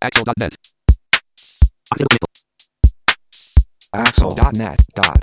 Axel.net. Axel.net.net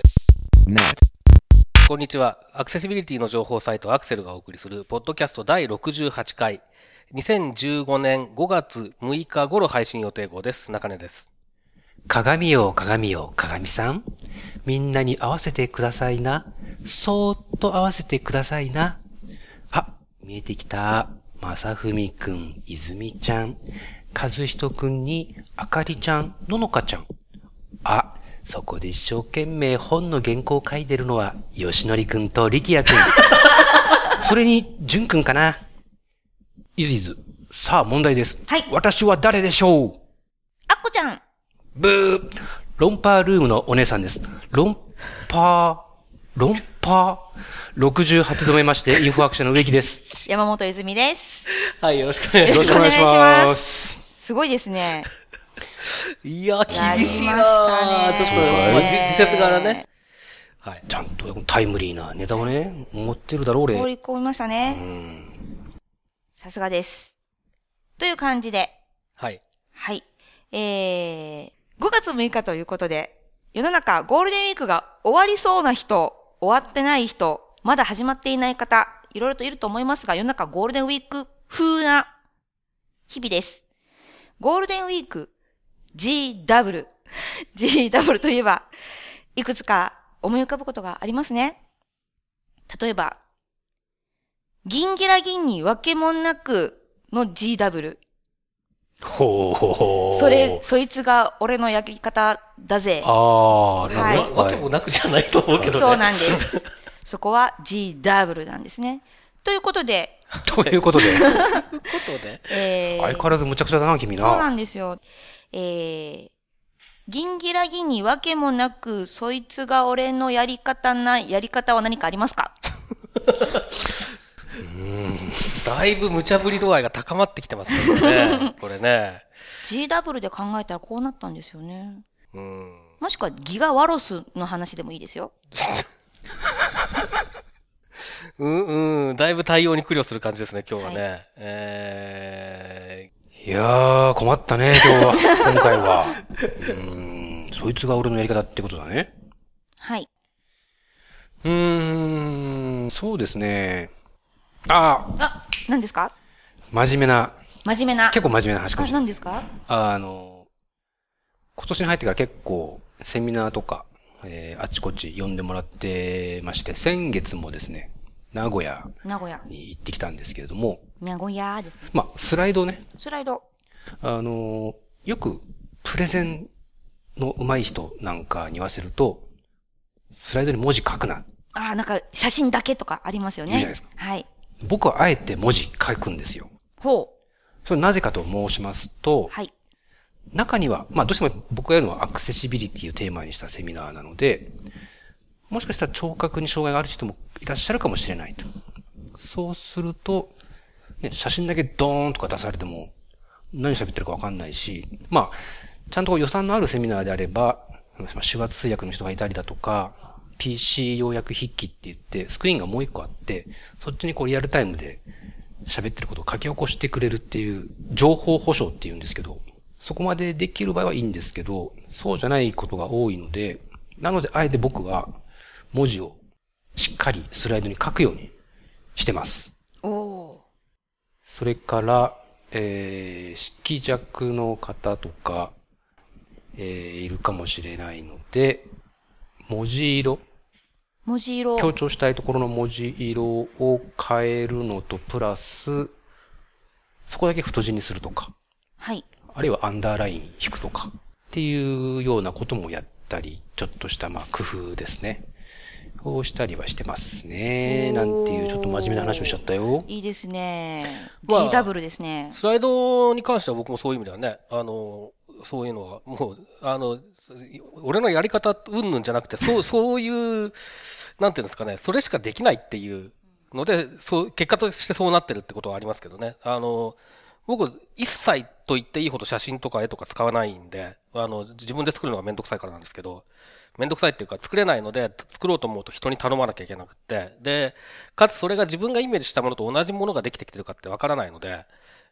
こんにちは。アクセシビリティの情報サイトアクセルがお送りするポッドキャスト第68回2015年5月6日頃配信予定号です。中根です。 鏡よ鏡よ鏡さん、みんなに合わせてくださいな。そーっと合わせてくださいな。あ、見えてきた。まさふみくん、いずみちゃん、かずひとくんにあかりちゃん、ののかちゃん。あ、そこで一生懸命本の原稿を書いてるのはよしのりくんとりきやくん。それにじゅんくんかな。いずいず、さあ問題です。 はい。 私は誰でしょう？ あっこちゃん。 ブー。ロンパールームのお姉さんです。ロンパー。68度目まして、インフォアクションの植木です。 山本泉です。 はい、よろしくお願いします。 よろしくお願いします。すごいですね。 いや、厳しいなやりましたね。 ちょっと、時節柄ね。はい。 ちゃんとタイムリーなネタをね、持ってるだろう、俺。 放り込みましたね。さすがです。という感じで。 はい。 はい。5月6日ということで、世の中ゴールデンウィークが終わりそうな人、終わってない人、まだ始まっていない方、いろいろといると思いますが、世の中ゴールデンウィーク風な日々です。ゴールデンウィーク GW といえば、いくつか思い浮かぶことがありますね。例えば、銀ギラ銀に分けもんなくの GW。 ほう。 そいつが俺のやり方だぜ。 はい。 わけもなくじゃないと思うけどね。 そうなんです。そこは GW なんですね。ということで。 相変わらずむちゃくちゃだな、君な。 そうなんですよ。銀ギラ銀にわけもなく、そいつが俺のやり方は何かありますか？ だいぶ無茶ぶり度合いが高まってきてますからね。これね。 GW で考えたらこうなったんですよね。もしくはギガワロスの話でもいいですよ。 だいぶ対応に苦慮する感じですね、今日はね。はい 、いやー、困ったね、今回は。そいつが俺のやり方ってことだね。 はい。 そうですね。 何ですか？ 真面目な。結構真面目な話かもしれない。 何ですか？ 今年に入ってから結構セミナーとか、あちこち呼んでもらってまして、先月もですね、名古屋に行ってきたんですけれども。 名古屋ですね。 まあ、スライドね。 よくプレゼンの上手い人なんかに言わせると、スライドに文字書くな。 なんか写真だけとかありますよね。 言うじゃないですか。 はい。 僕はあえて文字書くんですよ。 ほう。 それなぜかと申しますと、 はい。 中には、まあどうしても僕がやるのはアクセシビリティをテーマにしたセミナーなので、もしかしたら聴覚に障害がある人もいらっしゃるかもしれないと。そうすると、ね、写真だけドーンとか出されても何喋ってるかわかんないし、まあ、ちゃんと予算のあるセミナーであれば、手話通訳の人がいたりだとか、PC 要約筆記って言って、スクリーンがもう一個あって、そっちにリアルタイムで喋ってることを書き起こしてくれるっていう、情報保証って言うんですけど、そこまでできる場合はいいんですけど、そうじゃないことが多いので、なのであえて僕は文字をしっかりスライドに書くようにしてます。それから、色弱の方とか、いるかもしれないので、文字色。強調したいところの文字色を変えるのと、プラス、そこだけ太字にするとか。 はい。 あるいはアンダーライン引くとか。っていうようなこともやったり、ちょっとした工夫ですね。をしたりはしてますね。なんていうちょっと真面目な話をしちゃったよ。 いいですね。GW ですね。 スライドに関しては僕もそういう意味ではね、そういうのは、もう、俺のやり方うんぬんじゃなくて、そういう、なんていうんですかね、それしかできないっていうので、結果としてそうなってるってことはありますけどね。僕、一切と言っていいほど写真とか絵とか使わないんで、自分で作るのがめんどくさいからなんですけど、めんどくさいっていうか作れないので、作ろうと思うと人に頼まなきゃいけなくて、で、かつそれが自分がイメージしたものと同じものができてきてるかってわからないので、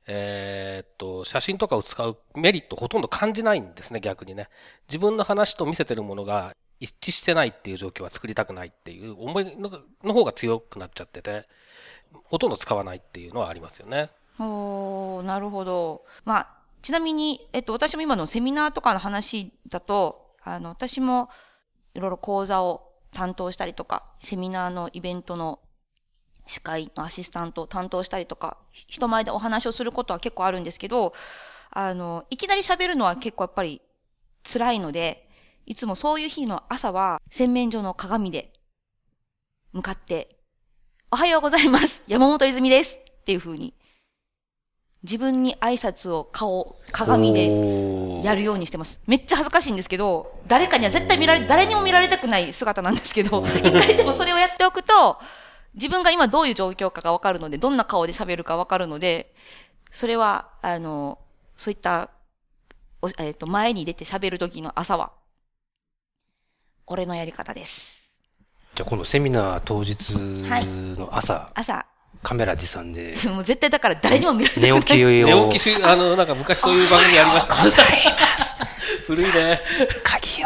写真とかを使うメリットほとんど感じないんですね、逆にね。自分の話と見せてるものが一致してないっていう状況は作りたくないっていう思いの方が強くなっちゃってて、ほとんど使わないっていうのはありますよね。 なるほど。まあ、ちなみに、私も今のセミナーとかの話だと、私もいろいろ講座を担当したりとか、セミナーのイベントの司会のアシスタントを担当したりとか、人前でお話をすることは結構あるんですけど、いきなり喋るのは結構やっぱり辛いので、いつもそういう日の朝は洗面所の鏡で向かって、おはようございます。山本泉です。っていう風に、自分に挨拶を鏡でやるようにしてます。めっちゃ恥ずかしいんですけど、誰かには絶対誰にも見られたくない姿なんですけど、一回でもそれをやっておくと、自分が今どういう状況かがわかるので、どんな顔で喋るかわかるので、それは、そういった、前に出て喋る時の朝は、俺のやり方です。 じゃあ今度セミナー当日の朝、カメラ持参で。 もう絶対だから誰にも見られたくない。 寝起きを。 寝起きなんか昔そういう番組ありましたね。 ございます。 古いね。 鍵を。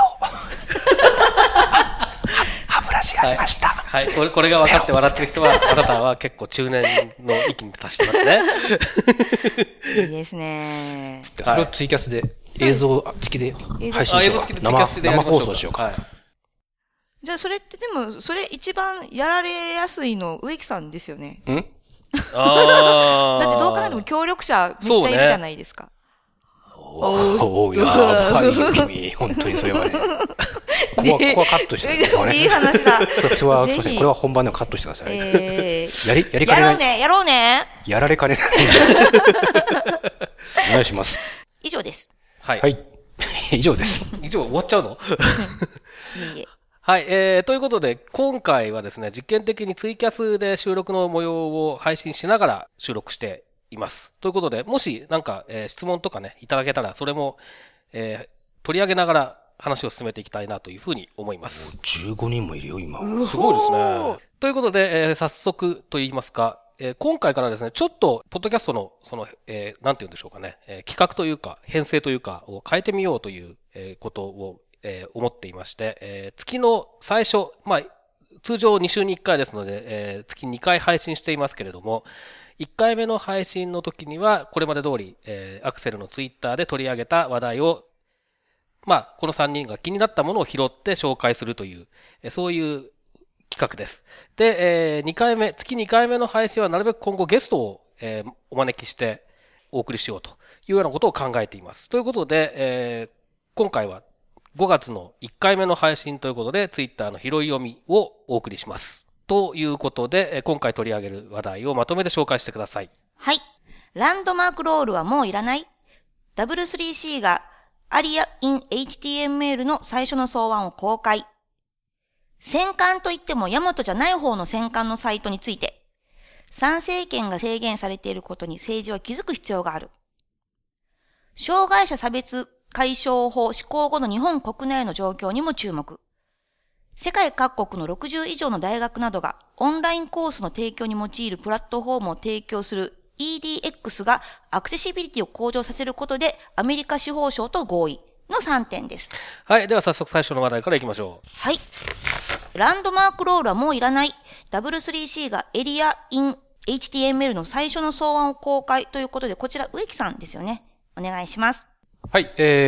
歯ブラシがありました。 はい。これが分かって笑ってる人は、あなたは結構中年の域に達してますね。 いいですね。 それをツイキャスで映像付きで配信しようか。生放送しようか。 じゃあそれってでも、それ一番やられやすいの植木さんですよね。 だってどう考えても協力者めっちゃいるじゃないですか。 やばいよ君、本当にそれはね。ここはカットしてください。 いい話だ。 これは本番ではカットしてください。やりかねない。 やろうね。 やられかねない。お願いします。 以上です。 はい。 はい。以上です。 以上終わっちゃうの？いいえ。はい、ということで、今回はですね、実験的にツイキャスで収録の模様を配信しながら収録しています。ということで、もしなんか、質問とかね、いただけたら、それも、取り上げながら話を進めていきたいなというふうに思います。 15人もいるよ、今。 すごいですね。ということで、早速と言いますか、今回からですね、ちょっと、ポッドキャストの、なんて言うんでしょうかね、企画というか、編成というか、を変えてみようという、ことを、思っていまして、月の最初、まあ、通常2週に1回ですので、月2回配信していますけれども、1回目の配信の時には、これまで通り、アクセルのツイッターで取り上げた話題を、まあ、この3人が気になったものを拾って紹介するという、そういう企画です。で、月2回目の配信はなるべく今後ゲストを、お招きしてお送りしようというようなことを考えています。ということで、今回は5月の1回目の配信ということで、ツイッターの拾い読みをお送りします。ということで、今回取り上げる話題をまとめて紹介してください。 はい。ランドマークロールはもういらない？ W3C がアリア in HTML の最初の草案を公開。戦艦といってもヤマトじゃない方の戦艦のサイトについて。参政権が制限されていることに政治は気づく必要がある。障害者差別解消法施行後の日本国内の状況にも注目。世界各国の60以上の大学などがオンラインコースの提供に用いるプラットフォームを提供する EDX がアクセシビリティを向上させることでアメリカ司法省と合意の3点です。 はい。では早速最初の話題からいきましょう。 はい。ランドマークロールはもういらない。W3C がエリア in HTML の最初の草案を公開ということで、こちら植木さんですよね。お願いします。 はい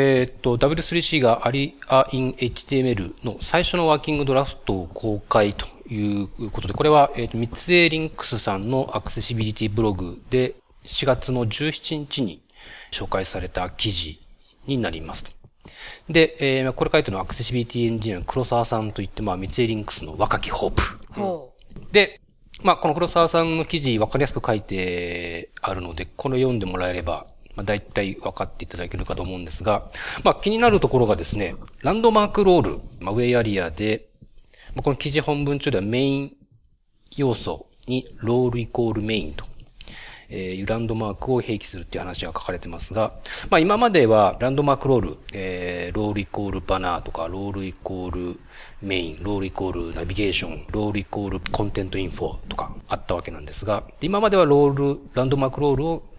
。W3C がアリア in HTML の最初のワーキングドラフトを公開ということで、これは、三井リンクスさんのアクセシビリティブログで4月の17日に紹介された記事になりますと。で、これ書いてるのはアクセシビリティエンジニアの黒沢さんといって、三井リンクスの若きホープ。で、この黒沢さんの記事分かりやすく書いてあるので、これ読んでもらえれば、大体分かっていただけるかと思うんですが、気になるところがですね、ランドマークロール、ウェイアリアで、この記事本文中ではメイン要素にロールイコールメインと、いうランドマークを併記するっていう話が書かれてますが、今まではランドマークロール、ロールイコールバナーとか、ロールイコールメイン、ロールイコールナビゲーション、ロールイコールコンテントインフォとかあったわけなんですが、今まではランドマークロールを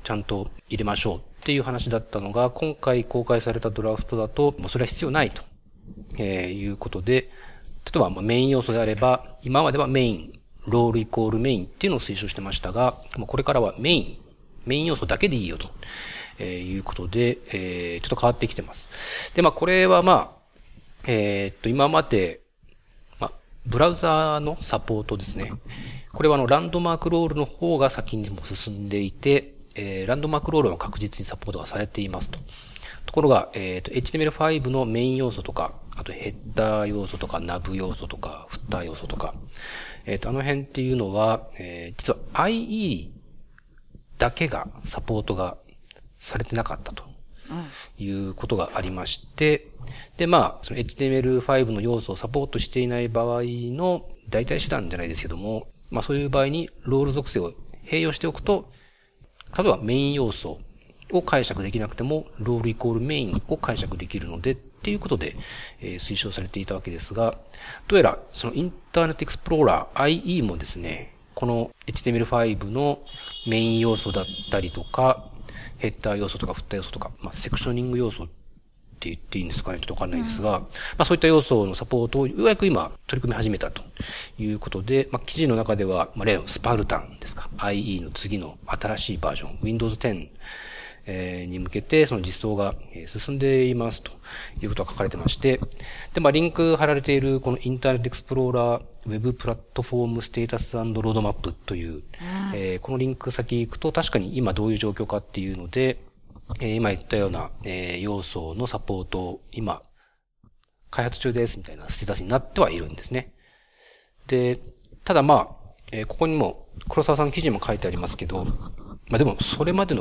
ちゃんと入れましょうっていう話だったのが、今回公開されたドラフトだと、もうそれは必要ないと、いうことで、例えばメイン要素であれば、今まではメイン、ロールイコールメインっていうのを推奨してましたが、これからはメイン要素だけでいいよと、いうことで、ちょっと変わってきてます。で、これは今まで、ブラウザーのサポートですね。これはランドマークロールの方が先にも進んでいて、ランドマークロールは確実にサポートがされていますと。ところが、HTML5 のメイン要素とか、あとヘッダー要素とか、ナブ要素とか、フッター要素とか、あの辺っていうのは、実は IE だけがサポートがされてなかったということがありまして、で、その HTML5 の要素をサポートしていない場合の代替手段じゃないですけども、そういう場合にロール属性を併用しておくと、例えばメイン要素を解釈できなくても、ロールイコールメインを解釈できるので、っていうことで、推奨されていたわけですが、どうやらそのインターネットエクスプローラー IE もですね、この HTML5 のメイン要素だったりとか、ヘッダー要素とかフッター要素とか、セクショニング要素って言っていいんですかね、ちょっとわかんないですが、そういった要素のサポートをようやく今取り組み始めたということで、記事の中では、例のスパルタンですか、IE の次の新しいバージョン、Windows 10に向けてその実装が進んでいますということが書かれてまして、で、リンク貼られているこのインターネットエクスプローラーウェブプラットフォームステータス&ロードマップという、このリンク先行くと確かに今どういう状況かっていうので、今言ったような、要素のサポートを今開発中ですみたいなステータスになってはいるんですね。で、ただここにも黒沢さんの記事にも書いてありますけど、でもそれまでの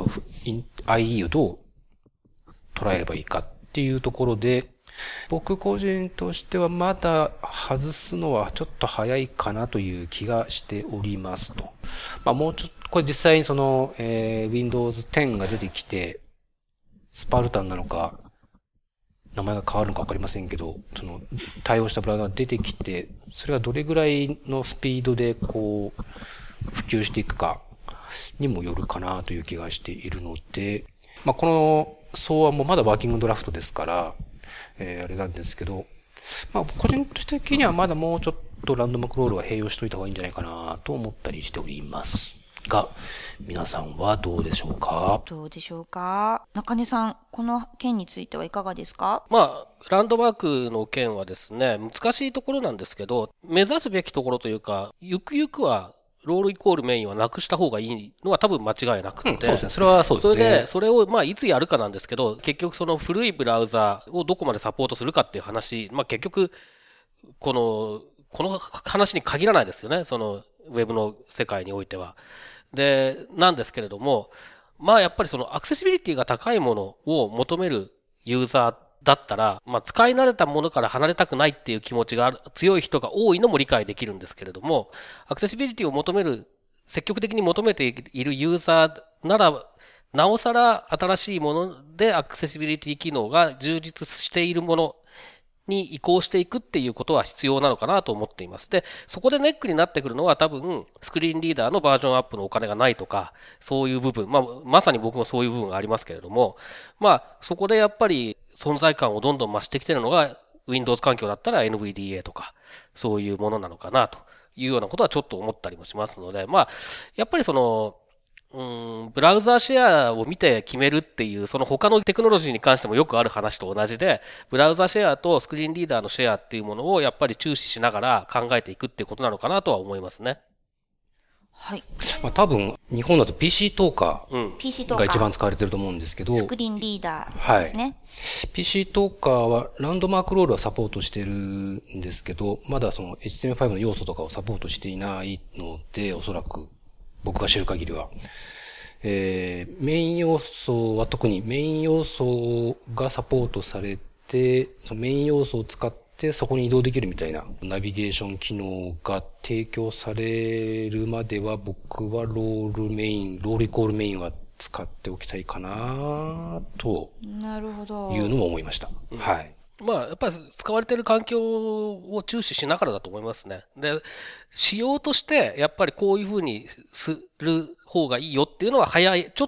IE をどう捉えればいいかっていうところで、僕個人としてはまだ外すのはちょっと早いかなという気がしておりますと。もうちょっと、これ実際にその、Windows 10が出てきて、スパルタンなのか、名前が変わるのかわかりませんけど、その、対応したブラウザが出てきて、それがどれぐらいのスピードでこう、普及していくかにもよるかなという気がしているので、この草案もまだワーキングドラフトですから、あれなんですけど、個人的にはまだもうちょっとランドマークロールは併用しといた方がいいんじゃないかなと思ったりしておりますが、皆さんはどうでしょうか？ 中根さん、この件についてはいかがですか？ ランドマークの件はですね、難しいところなんですけど、目指すべきところというか、ゆくゆくはロールイコールメインはなくした方がいいのは多分間違いなくて、 そうですね。それはそうですね。 それで、それをいつやるかなんですけど、結局その古いブラウザをどこまでサポートするかっていう話、結局、この話に限らないですよね。そのウェブの世界においては。で、なんですけれども、やっぱりそのアクセシビリティが高いものを求めるユーザーだったら、使い慣れたものから離れたくないっていう気持ちが強い人が多いのも理解できるんですけれども、アクセシビリティを積極的に求めているユーザーなら、なおさら新しいものでアクセシビリティ機能が充実しているものに移行していくっていうことは必要なのかなと思っています。で、そこでネックになってくるのは多分、スクリーンリーダーのバージョンアップのお金がないとか、そういう部分、まさに僕もそういう部分がありますけれども、そこでやっぱり存在感をどんどん増してきているのが、Windows 環境だったら NVDA とか、そういうものなのかなというようなことはちょっと思ったりもしますので、やっぱりその、ブラウザーシェアを見て決めるっていう、その他のテクノロジーに関してもよくある話と同じで、ブラウザーシェアとスクリーンリーダーのシェアっていうものをやっぱり注視しながら考えていくっていうことなのかなとは思いますね。 はい。 多分、日本だと PC トーカーが一番使われてると思うんですけど、 スクリーンリーダーですね。はい。 PC トーカーはランドマークロールはサポートしてるんですけど、まだその HTML5 の要素とかをサポートしていないので、おそらく僕が知る限りは。メイン要素は特にメイン要素がサポートされて、そのメイン要素を使ってそこに移動できるみたいなナビゲーション機能が提供されるまでは僕はロールイコールメインは使っておきたいかなというのも思いました。はい。 やっぱり使われている環境を注視しながらだと思いますね。で、仕様として、やっぱりこういうふうにする方がいいよっていうのはちょっと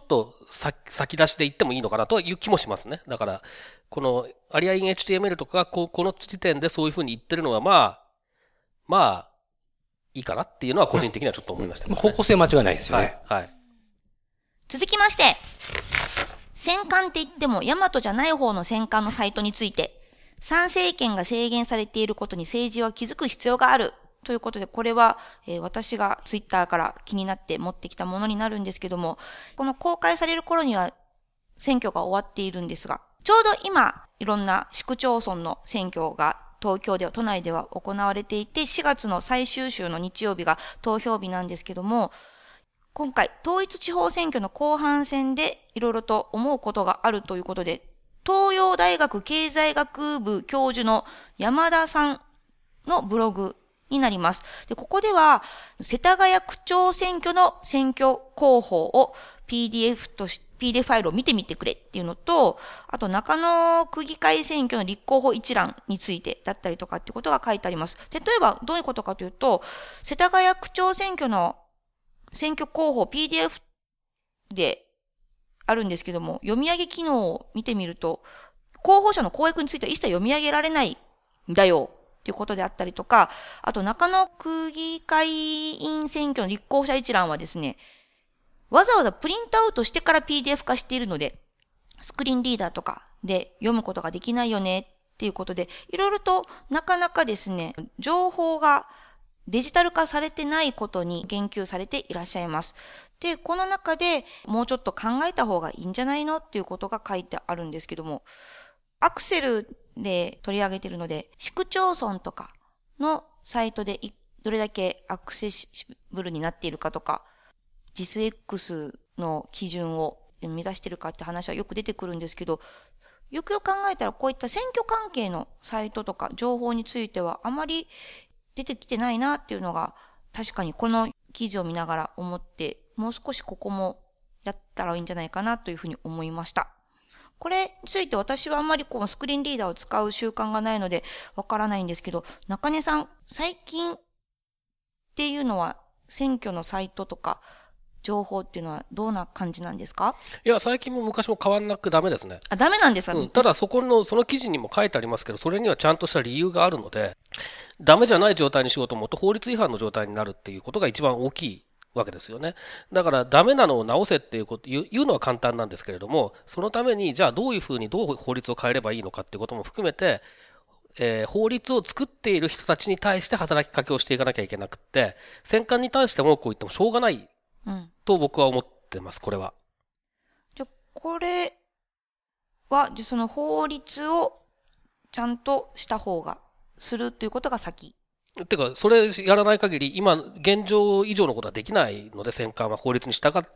先出しで言ってもいいのかなという気もしますね。だから、このアリアイン HTML とかがこの時点でそういうふうに言ってるのは、まあ、いいかなっていうのは個人的にはちょっと思いましたね。 方向性は間違いないですよね。 はい。はい。 続きまして、戦艦って言ってもヤマトじゃない方の戦艦のサイトについて、参政権が制限されていることに政治は気づく必要がある。ということで、これは、私がツイッターから気になって持ってきたものになるんですけども、この公開される頃には選挙が終わっているんですが、ちょうど今、いろんな市区町村の選挙が東京では、都内では行われていて、4月の最終週の日曜日が投票日なんですけども、今回、統一地方選挙の後半戦でいろいろと思うことがあるということで、東洋大学経済学部教授の山田さんのブログになります。で、ここでは、世田谷区長選挙の選挙広報を PDF ファイルを見てみてくれっていうのと、あと中野区議会選挙の立候補一覧についてだったりとかっていうことが書いてあります。例えば、どういうことかというと、世田谷区長選挙の選挙広報 PDF であるんですけども、読み上げ機能を見てみると、候補者の公約については一切読み上げられないんだよ。ということであったりとか、あと中野区議会議員選挙の立候補者一覧はですね、わざわざプリントアウトしてから PDF 化しているので、スクリーンリーダーとかで読むことができないよねっていうことで、いろいろとなかなかですね、情報がデジタル化されてないことに言及されていらっしゃいます。で、この中でもうちょっと考えた方がいいんじゃないのっていうことが書いてあるんですけども、アクセルで取り上げているので、市区町村とかのサイトでどれだけアクセシブルになっているかとか、JISX の基準を目指しているかって話はよく出てくるんですけど、よくよく考えたらこういった選挙関係のサイトとか情報についてはあまり出てきてないなっていうのが確かにこの記事を見ながら思って、もう少しここもやったらいいんじゃないかなというふうに思いました。これについて私はあんまりこうスクリーンリーダーを使う習慣がないのでわからないんですけど、中根さん、最近っていうのは選挙のサイトとか情報っていうのはどんな感じなんですか？ いや、最近も昔も変わんなくダメですね。 あ、ダメなんですか？ ただその記事にも書いてありますけど、それにはちゃんとした理由があるので、ダメじゃない状態にしようと思うと法律違反の状態になるっていうことが一番大きいわけですよね。だからダメなのを直せっていうこと言うのは簡単なんですけれども、そのためにじゃあどういうふうにどう法律を変えればいいのかっていうことも含めて、法律を作っている人たちに対して働きかけをしていかなきゃいけなくって、選管に対して文句を言ってもしょうがないと僕は思ってます。これは。 じゃこれはその法律をちゃんとした方がするということが先。 てか、それやらない限り、今、現状以上のことはできないので、選管は法律に従って、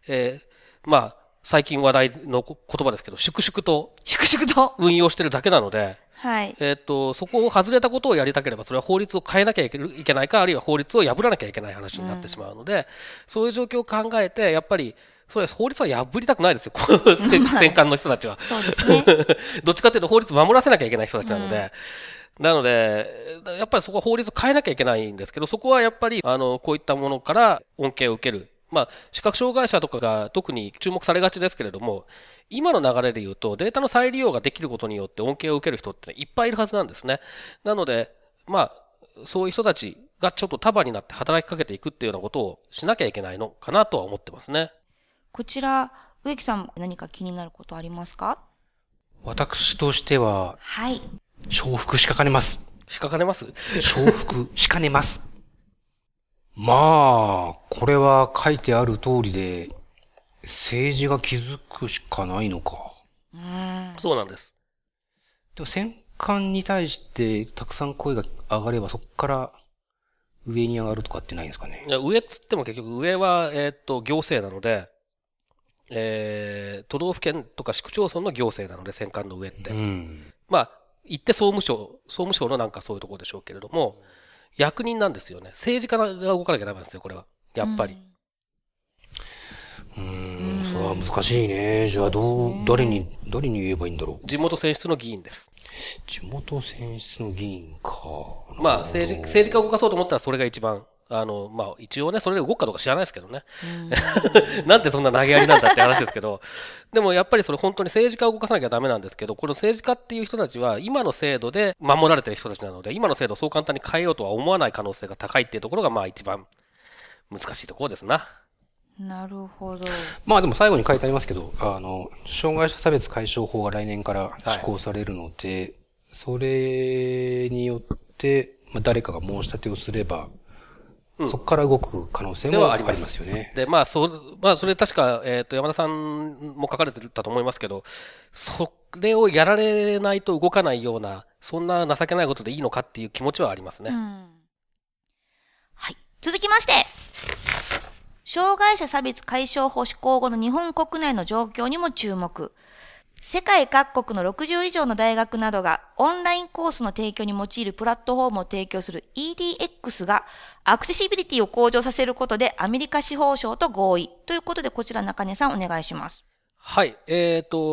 最近話題の言葉ですけど、粛々と運用してるだけなので、 はい。 そこを外れたことをやりたければ、それは法律を変えなきゃいけないか、あるいは法律を破らなきゃいけない話になってしまうので、そういう状況を考えて、やっぱり、そうです。法律は破りたくないですよ。選管の人たちは。 そうですね。 どっちかというと法律守らせなきゃいけない人たちなので、なので、やっぱりそこは法律を変えなきゃいけないんですけど、そこはやっぱり、こういったものから恩恵を受ける。視覚障害者とかが特に注目されがちですけれども、今の流れで言うと、データの再利用ができることによって恩恵を受ける人っていっぱいいるはずなんですね。なので、そういう人たちがちょっと束になって働きかけていくっていうようなことをしなきゃいけないのかなとは思ってますね。 こちら、植木さん何か気になることありますか？ 私としては、 はい。 重複しかねます。 しかねます？ 重複しかねます。これは書いてある通りで、政治が気づくしかないのか。 そうなんです。 でも選管に対してたくさん声が上がればそこから上に上がるとかってないんですかね。 いや、上っつっても結局上は、行政なので、都道府県とか市区町村の行政なので、選管の上って。言って総務省のなんかそういうところでしょうけれども、役人なんですよね。政治家が動かなきゃダメなんですよ、これは。やっぱり。 それは難しいね。じゃあ誰に言えばいいんだろう。 地元選出の議員です。 地元選出の議員か。 政治家を動かそうと思ったらそれが一番、 まあ、一応ね、それで動くかどうか知らないですけどね。なんでそんな投げやりなんだって話ですけど。でもやっぱりそれ本当に政治家を動かさなきゃダメなんですけど、この政治家っていう人たちは今の制度で守られてる人たちなので、今の制度をそう簡単に変えようとは思わない可能性が高いっていうところが、まあ一番難しいところですな。 なるほど。 まあでも最後に書いてありますけど、障害者差別解消法が来年から施行されるので、それによって、まあ誰かが申し立てをすれば、そこから動く可能性もありますよね。 で、まあ、それ確か、山田さんも書かれてたと思いますけど、それをやられないと動かないような、そんな情けないことでいいのかっていう気持ちはありますね。 はい。続きまして、障害者差別解消法施行後の日本国内の状況にも注目。世界各国の60以上の大学などがオンラインコースの提供に用いるプラットフォームを提供する EDX がアクセシビリティを向上させることでアメリカ司法省と合意ということで、こちら中根さんお願いします。 はい。まあ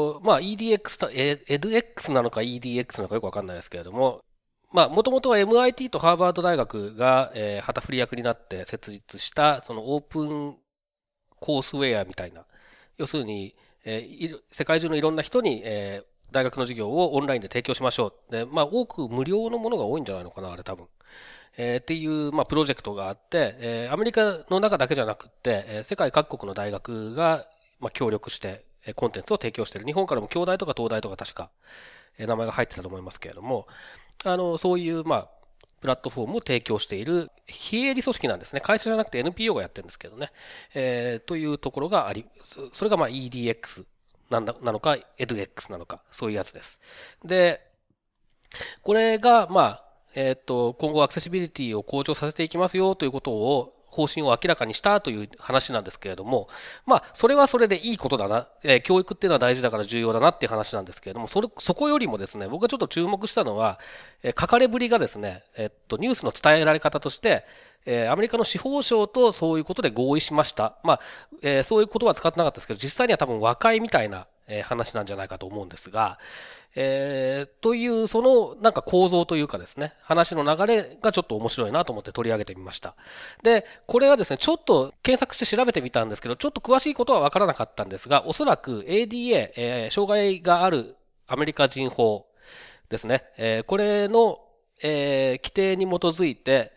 EDX と、EDX なのか EDX なのかよくわかんないですけれども、まあ、もともとは MIT とハーバード大学が、旗振り役になって設立した、そのオープンコースウェアみたいな、要するに、世界中のいろんな人に、大学の授業をオンラインで提供しましょう。で、まあ、多く無料のものが多いんじゃないのかな、あれ多分。っていう、まあ、プロジェクトがあって、アメリカの中だけじゃなくって、世界各国の大学が、まあ、協力して、コンテンツを提供している。日本からも京大とか東大とか確か、名前が入ってたと思いますけれども、そういう、まあ、プラットフォームを提供している非営利組織なんですね。会社じゃなくて NPO がやってるんですけどね。というところがあり、それがまあ EDX なのか EDX なのか、そういうやつです。で、これが、まあ、今後アクセシビリティを向上させていきますよということを、方針を明らかにしたという話なんですけれども、まあ、それはそれでいいことだな、教育っていうのは大事だから重要だなっていう話なんですけれども、そこよりもですね、僕がちょっと注目したのは、書かれぶりがですね、ニュースの伝えられ方として、アメリカの司法省とそういうことで合意しました。まあ、そういうことは使ってなかったですけど、実際には多分和解みたいな話なんじゃないかと思うんですが、という、そのなんか構造というかですね、話の流れがちょっと面白いなと思って取り上げてみました。で、これはですね、ちょっと検索して調べてみたんですけど、ちょっと詳しいことはわからなかったんですが、おそらく ADA、障害があるアメリカ人法ですね、これの、規定に基づいて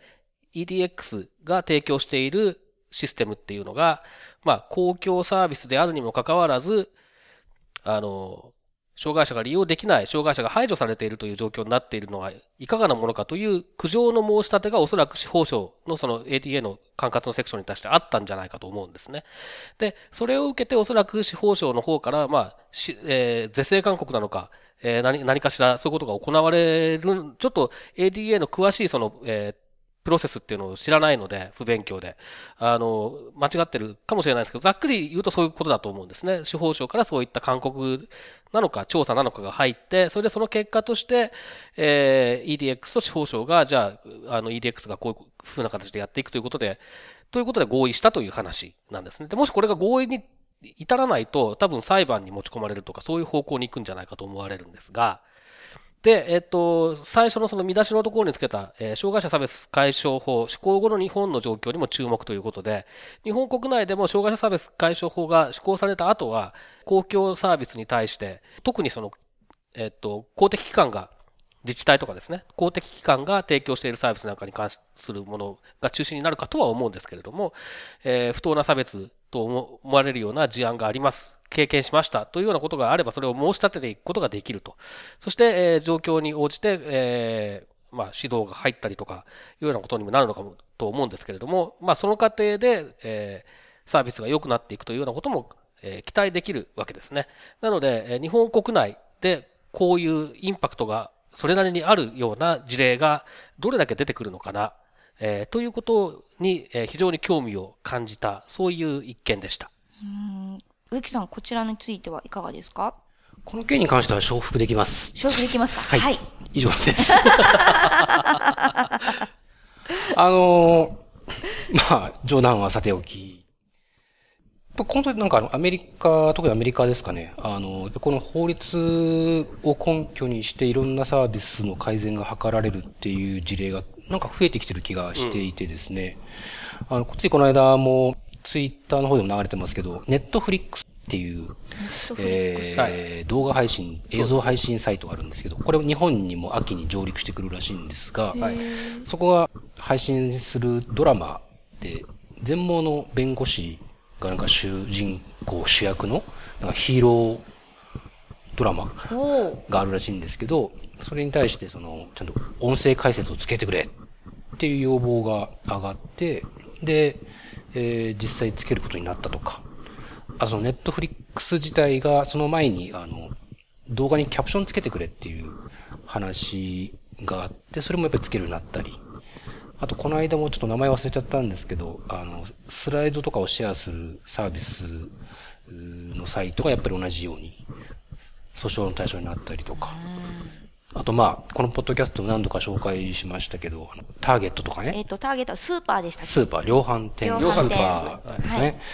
EDX が提供しているシステムっていうのが、まあ、公共サービスであるにもかかわらず、障害者が利用できない、障害者が排除されているという状況になっているのはいかがなものかという苦情の申し立てがおそらく司法省のその ADA の管轄のセクションに対してあったんじゃないかと思うんですね。で、それを受けておそらく司法省の方から、まあ、是正勧告なのか、何かしらそういうことが行われる、ちょっと ADA の詳しいその、プロセスっていうのを知らないので、不勉強で。間違ってるかもしれないですけど、ざっくり言うとそういうことだと思うんですね。司法省からそういった勧告なのか、調査なのかが入って、それでその結果として、EDX と司法省が、じゃあ、EDX がこういう風な形でやっていくということで合意したという話なんですね。で、もしこれが合意に至らないと、多分裁判に持ち込まれるとか、そういう方向に行くんじゃないかと思われるんですが、で、最初のその見出しのところにつけた、障害者差別解消法施行後の日本の状況にも注目ということで、日本国内でも障害者差別解消法が施行された後は、公共サービスに対して、特にその、公的機関が、自治体とかですね、公的機関が提供しているサービスなんかに関するものが中心になるかとは思うんですけれども、不当な差別と思われるような事案があります。経験しましたというようなことがあれば、それを申し立てていくことができると。そして、状況に応じて、まあ、指導が入ったりとか、いうようなことにもなるのかもと思うんですけれども、まあ、その過程で、サービスが良くなっていくというようなことも、期待できるわけですね。なので、日本国内でこういうインパクトがそれなりにあるような事例がどれだけ出てくるのかな、ということに、非常に興味を感じた、そういう一件でした。 植木さん、こちらについてはいかがですか？ この件に関しては承服できます。 承服できますか？ はい。はい、以上です。まあ、冗談はさておき。本当になんかアメリカ、特にアメリカですかね。この法律を根拠にしていろんなサービスの改善が図られるっていう事例がなんか増えてきてる気がしていてですね、ついこの間もツイッターの方でも流れてますけど、ネットフリックスっていう、動画配信、映像配信サイトがあるんですけど、これ日本にも秋に上陸してくるらしいんですが、そこが配信するドラマで、全盲の弁護士がなんか主人公、主役のなんかヒーロードラマがあるらしいんですけど、それに対してちゃんと音声解説をつけてくれっていう要望が上がって、で、実際つけることになったとか、そのネットフリックス自体がその前に動画にキャプションつけてくれっていう話があって、それもやっぱりつけるようになったり、あとこの間もちょっと名前忘れちゃったんですけど、スライドとかをシェアするサービスのサイトがやっぱり同じように訴訟の対象になったりとか、あとこのポッドキャスト何度か紹介しましたけど、ターゲットとかね。 ターゲットはスーパーでしたっけ？ スーパー、量販店、スーパーですね。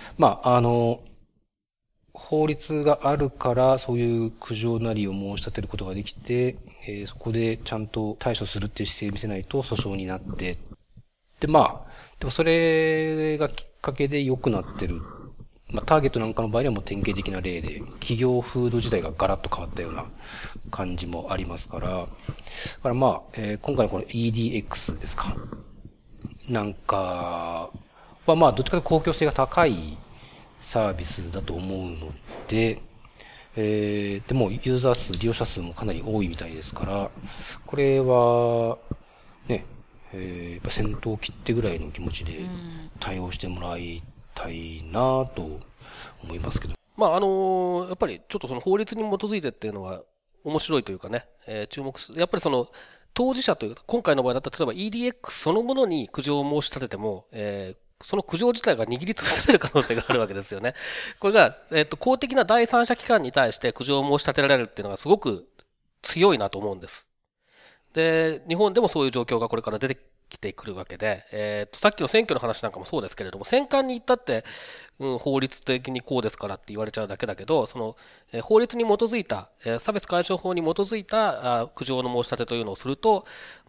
法律があるから、そういう苦情なりを申し立てることができて、そこでちゃんと対処するっていう姿勢を見せないと訴訟になって、で、でもそれがきっかけで良くなってる。ターゲットなんかの場合にはもう典型的な例で、企業風土自体がガラッと変わったような感じもありますから、だから今回のこの EDX ですか。なんかはどっちかというと公共性が高いサービスだと思うので、でもユーザー数、利用者数もかなり多いみたいですから、これは、ね、やっぱ先頭を切ってぐらいの気持ちで対応してもらいたいなと思いますけど。 やっぱりちょっとその法律に基づいてっていうのは面白いというかね、注目する。やっぱり当事者というか、今回の場合だったら例えば EDX そのものに苦情を申し立てても、その苦情自体が握りつぶされる可能性があるわけですよね。これが、公的な第三者機関に対して苦情を申し立てられるっていうのがすごく強いなと思うんです。で、日本でもそういう状況がこれから出てきてくるわけで、さっきの選挙の話なんかもそうですけれども、選管に行ったって、法律的にこうですからって言われちゃうだけだけど、法律に基づいた、差別解消法に基づいた苦情の申し立てというのをすると、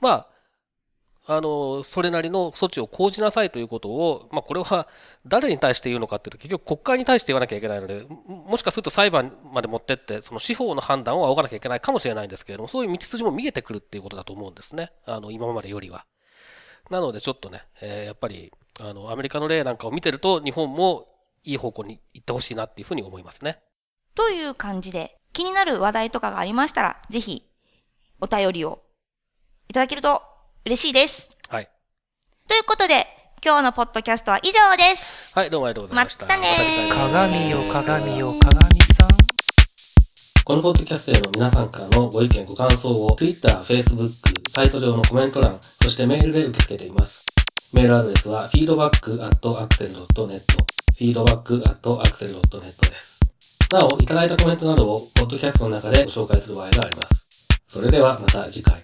それなりの措置を講じなさいということを、これは誰に対して言うのかっていうと、結局国会に対して言わなきゃいけないので、もしかすると裁判まで持ってって、その司法の判断を仰がなきゃいけないかもしれないんですけれども、そういう道筋も見えてくるっていうことだと思うんですね。今までよりは。なのでちょっとね、やっぱり、アメリカの例なんかを見てると、日本もいい方向に行ってほしいなっていうふうに思いますね。 という感じで、気になる話題とかがありましたら、ぜひ、お便りをいただけると嬉しいです。 はい。 ということで、今日のポッドキャストは以上です。 はい、どうもありがとうございました。 またねー。 鏡よ、鏡よ、鏡さん。 このポッドキャストへの皆さんからのご意見、ご感想を Twitter、Facebook、サイト上のコメント欄、そしてメールで受け付けています。メールアドレスは feedback@axel.net feedback@axel.net です。なお、いただいたコメントなどをポッドキャストの中でご紹介する場合があります。それではまた次回。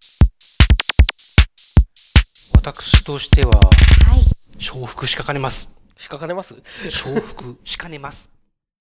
私としては、承服しかかねます。 仕掛かれます？ 承服しかねます。